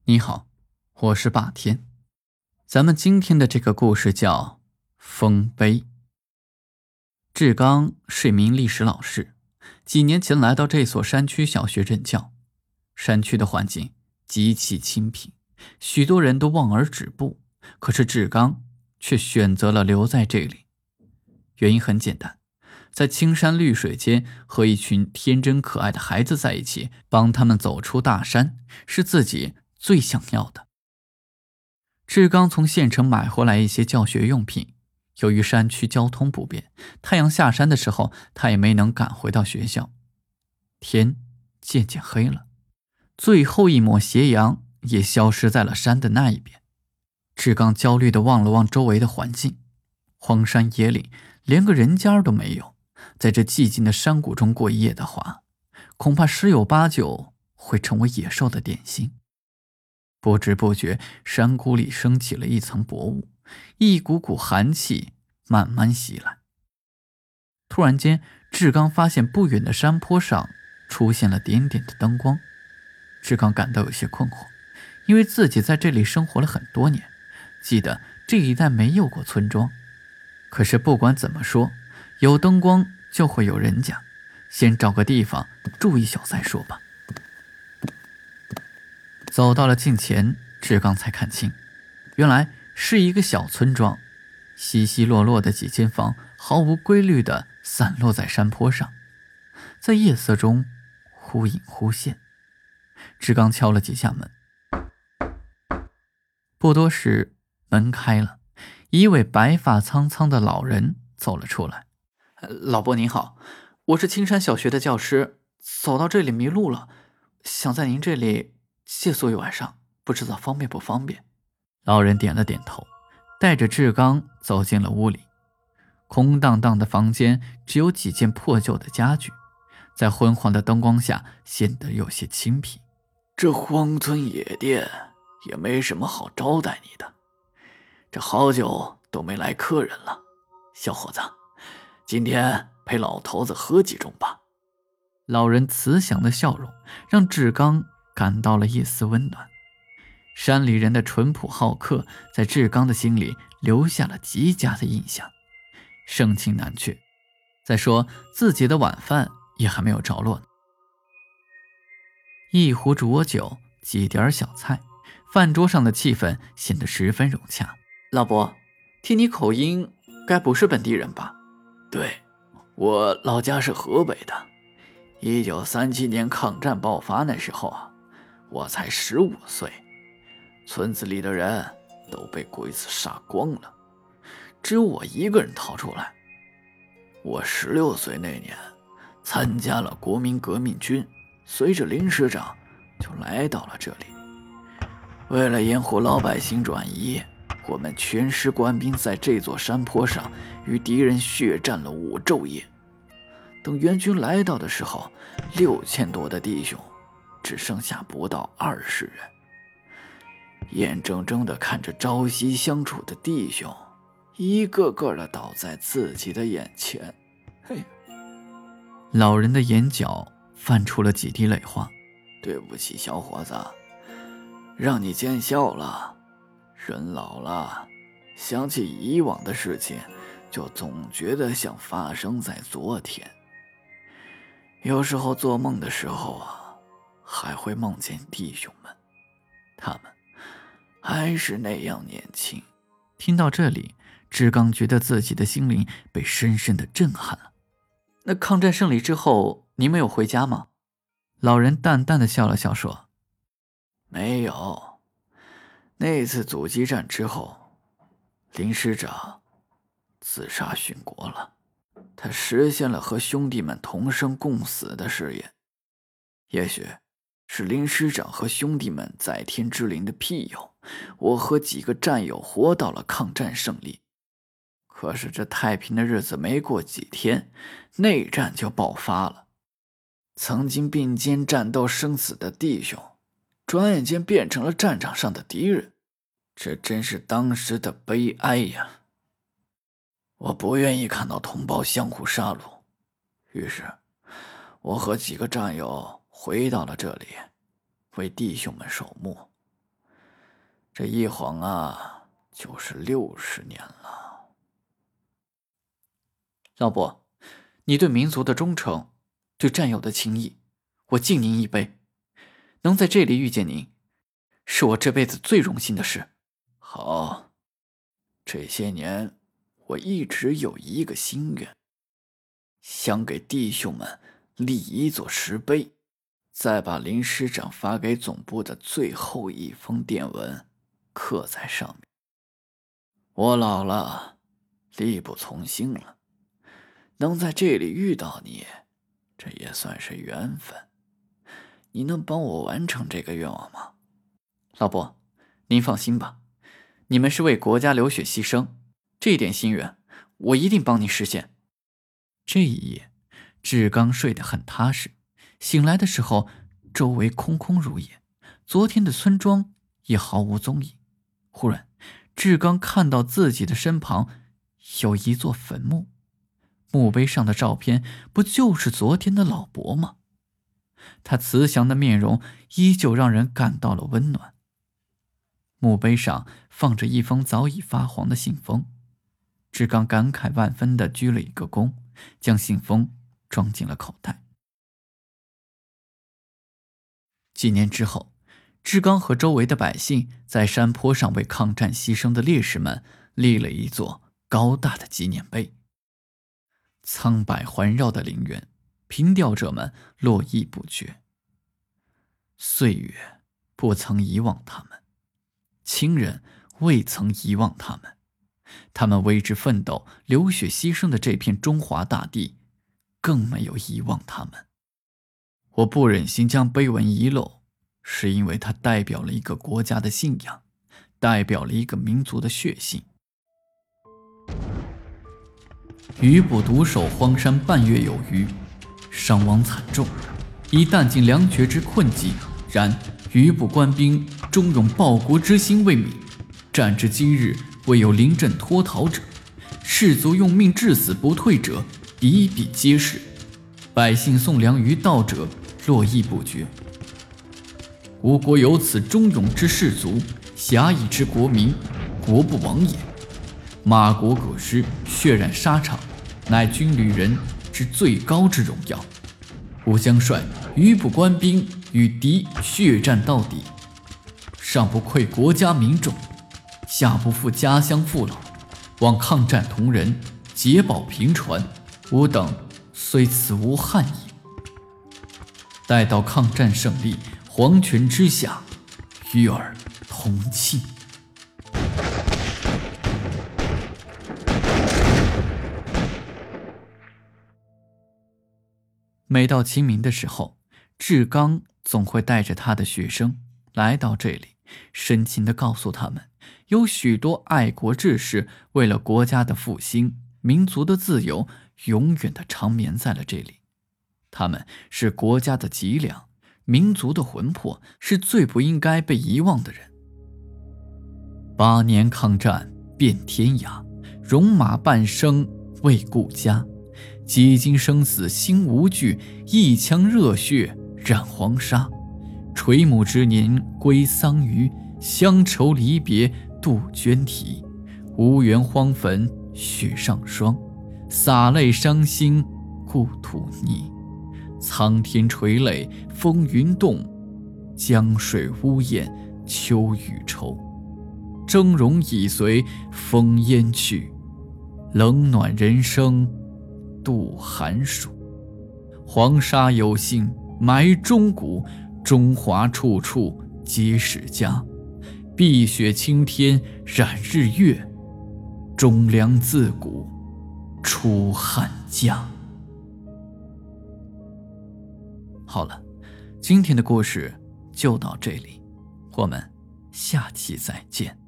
你好，我是霸天。咱们今天的这个故事叫丰碑。志刚是一名历史老师，几年前来到这所山区小学任教。山区的环境极其清贫，许多人都望而止步，可是志刚却选择了留在这里。原因很简单，在青山绿水间和一群天真可爱的孩子在一起，帮他们走出大山，是自己最想要的。志刚从县城买回来一些教学用品，由于山区交通不便，太阳下山的时候他也没能赶回到学校。天渐渐黑了，最后一抹斜阳也消失在了山的那一边。志刚焦虑地望了望周围的环境，荒山野岭，连个人家都没有。在这寂静的山谷中过一夜的话，恐怕十有八九会成为野兽的点心。不知不觉，山谷里升起了一层薄雾，一股股寒气慢慢袭来。突然间，志刚发现不远的山坡上出现了点点的灯光。志刚感到有些困惑，因为自己在这里生活了很多年，记得这一带没有过村庄。可是不管怎么说，有灯光就会有人家，先找个地方住一宿再说吧。走到了近前，志刚才看清，原来是一个小村庄，稀稀落落的几间房毫无规律地散落在山坡上，在夜色中忽隐忽现。志刚敲了几下门，不多时门开了，一位白发苍苍的老人走了出来。老伯您好，我是青山小学的教师，走到这里迷路了，想在您这里借宿一晚上，不知道方便不方便？老人点了点头，带着志刚走进了屋里。空荡荡的房间只有几件破旧的家具，在昏黄的灯光下显得有些清僻。 这荒村野店也没什么好招待你的，这好久都没来客人了。小伙子，今天陪老头子喝几盅吧。 老人慈祥的笑容让志刚感到了一丝温暖。山里人的淳朴好客在志刚的心里留下了极佳的印象，盛情难却。再说自己的晚饭也还没有着落呢。一壶浊酒，几点小菜，饭桌上的气氛显得十分融洽。老伯，听你口音该不是本地人吧？ 对，我老家是河北的。1937年抗战爆发那时候啊，我才15岁，村子里的人都被鬼子杀光了，只有我一个人逃出来。我16岁那年参加了国民革命军，随着林师长就来到了这里。为了掩护老百姓转移，我们全师官兵在这座山坡上与敌人血战了5昼夜。等援军来到的时候，6000多的弟兄只剩下不到20人。眼睁睁地看着朝夕相处的弟兄一个个的倒在自己的眼前。嘿， 老人的眼角泛出了几滴泪花。 对不起，小伙子，让你见笑了。人老了，想起以往的事情，就总觉得像发生在昨天。有时候做梦的时候啊，还会梦见弟兄们，他们还是那样年轻。 听到这里，志刚觉得自己的心灵被深深的震撼了。那抗战胜利之后，你们有回家吗？老人淡淡的笑了笑说： 没有。那次阻击战之后，林师长自杀殉国了，他实现了和兄弟们同生共死的誓言。也许是林师长和兄弟们在天之灵的庇佑，我和几个战友活到了抗战胜利。可是这太平的日子没过几天，内战就爆发了。曾经并肩战斗生死的弟兄，转眼间变成了战场上的敌人，这真是当时的悲哀呀！我不愿意看到同胞相互杀戮，于是我和几个战友回到了这里，为弟兄们守墓。 这一晃啊，就是60年了。 老伯，你对民族的忠诚，对战友的情谊，我敬您一杯。能在这里遇见您，是我这辈子最荣幸的事。 好，这些年我一直有一个心愿，想给弟兄们立一座石碑，再把林师长发给总部的最后一封电文刻在上面。我老了，力不从心了，能在这里遇到你，这也算是缘分。你能帮我完成这个愿望吗？ 老伯，您放心吧，你们是为国家流血牺牲，这一点心愿我一定帮你实现。这一夜，志刚睡得很踏实，醒来的时候周围空空如也，昨天的村庄也毫无踪影。忽然，志刚看到自己的身旁有一座坟墓，墓碑上的照片不就是昨天的老伯吗？他慈祥的面容依旧让人感到了温暖。墓碑上放着一封早已发黄的信封，志刚感慨万分地鞠了一个躬，将信封装进了口袋。几年之后，志刚和周围的百姓在山坡上为抗战牺牲的烈士们立了一座高大的纪念碑。苍柏环绕的陵园，凭吊者们络绎不绝。岁月不曾遗忘他们，亲人未曾遗忘他们，他们为之奋斗、流血牺牲的这片中华大地，更没有遗忘他们。我不忍心将碑文遗漏，是因为它代表了一个国家的信仰，代表了一个民族的血性。余部独守荒山半月有余，伤亡惨重，已弹尽粮绝之困境。然余部官兵终用报国之心为名，战至今日，未有临阵脱逃者，士卒用命至死不退者比比皆是，百姓送粮于道者络绎不绝。吾国有此忠勇之士卒，侠义之国民，国不亡也。马国葛师，血染沙场，乃军旅人之最高之荣耀。吾将率余部官兵与敌血战到底，上不愧国家民众，下不负家乡父老，望抗战同仁捷报频传，吾等虽此无憾矣。待到抗战胜利，黄泉之下，与尔同庆。每到清明的时候，志刚总会带着他的学生来到这里，深情地告诉他们，有许多爱国志士为了国家的复兴、民族的自由，永远地长眠在了这里。他们是国家的脊梁，民族的魂魄，是最不应该被遗忘的人。8年抗战遍天涯，戎马半生为故家。几经生死心无惧，一腔热血染黄沙。垂暮之年归桑榆，乡愁离别度鹃啼。无缘荒坟雪上霜，洒泪伤心故土泥。苍天垂泪风云动，江水呜咽秋雨愁。峥嵘已随风烟去，冷暖人生度寒暑。黄沙有幸埋忠骨，中华处处皆是家。碧血青天染日月，忠良自古出汉家。好了，今天的故事就到这里，我们下期再见。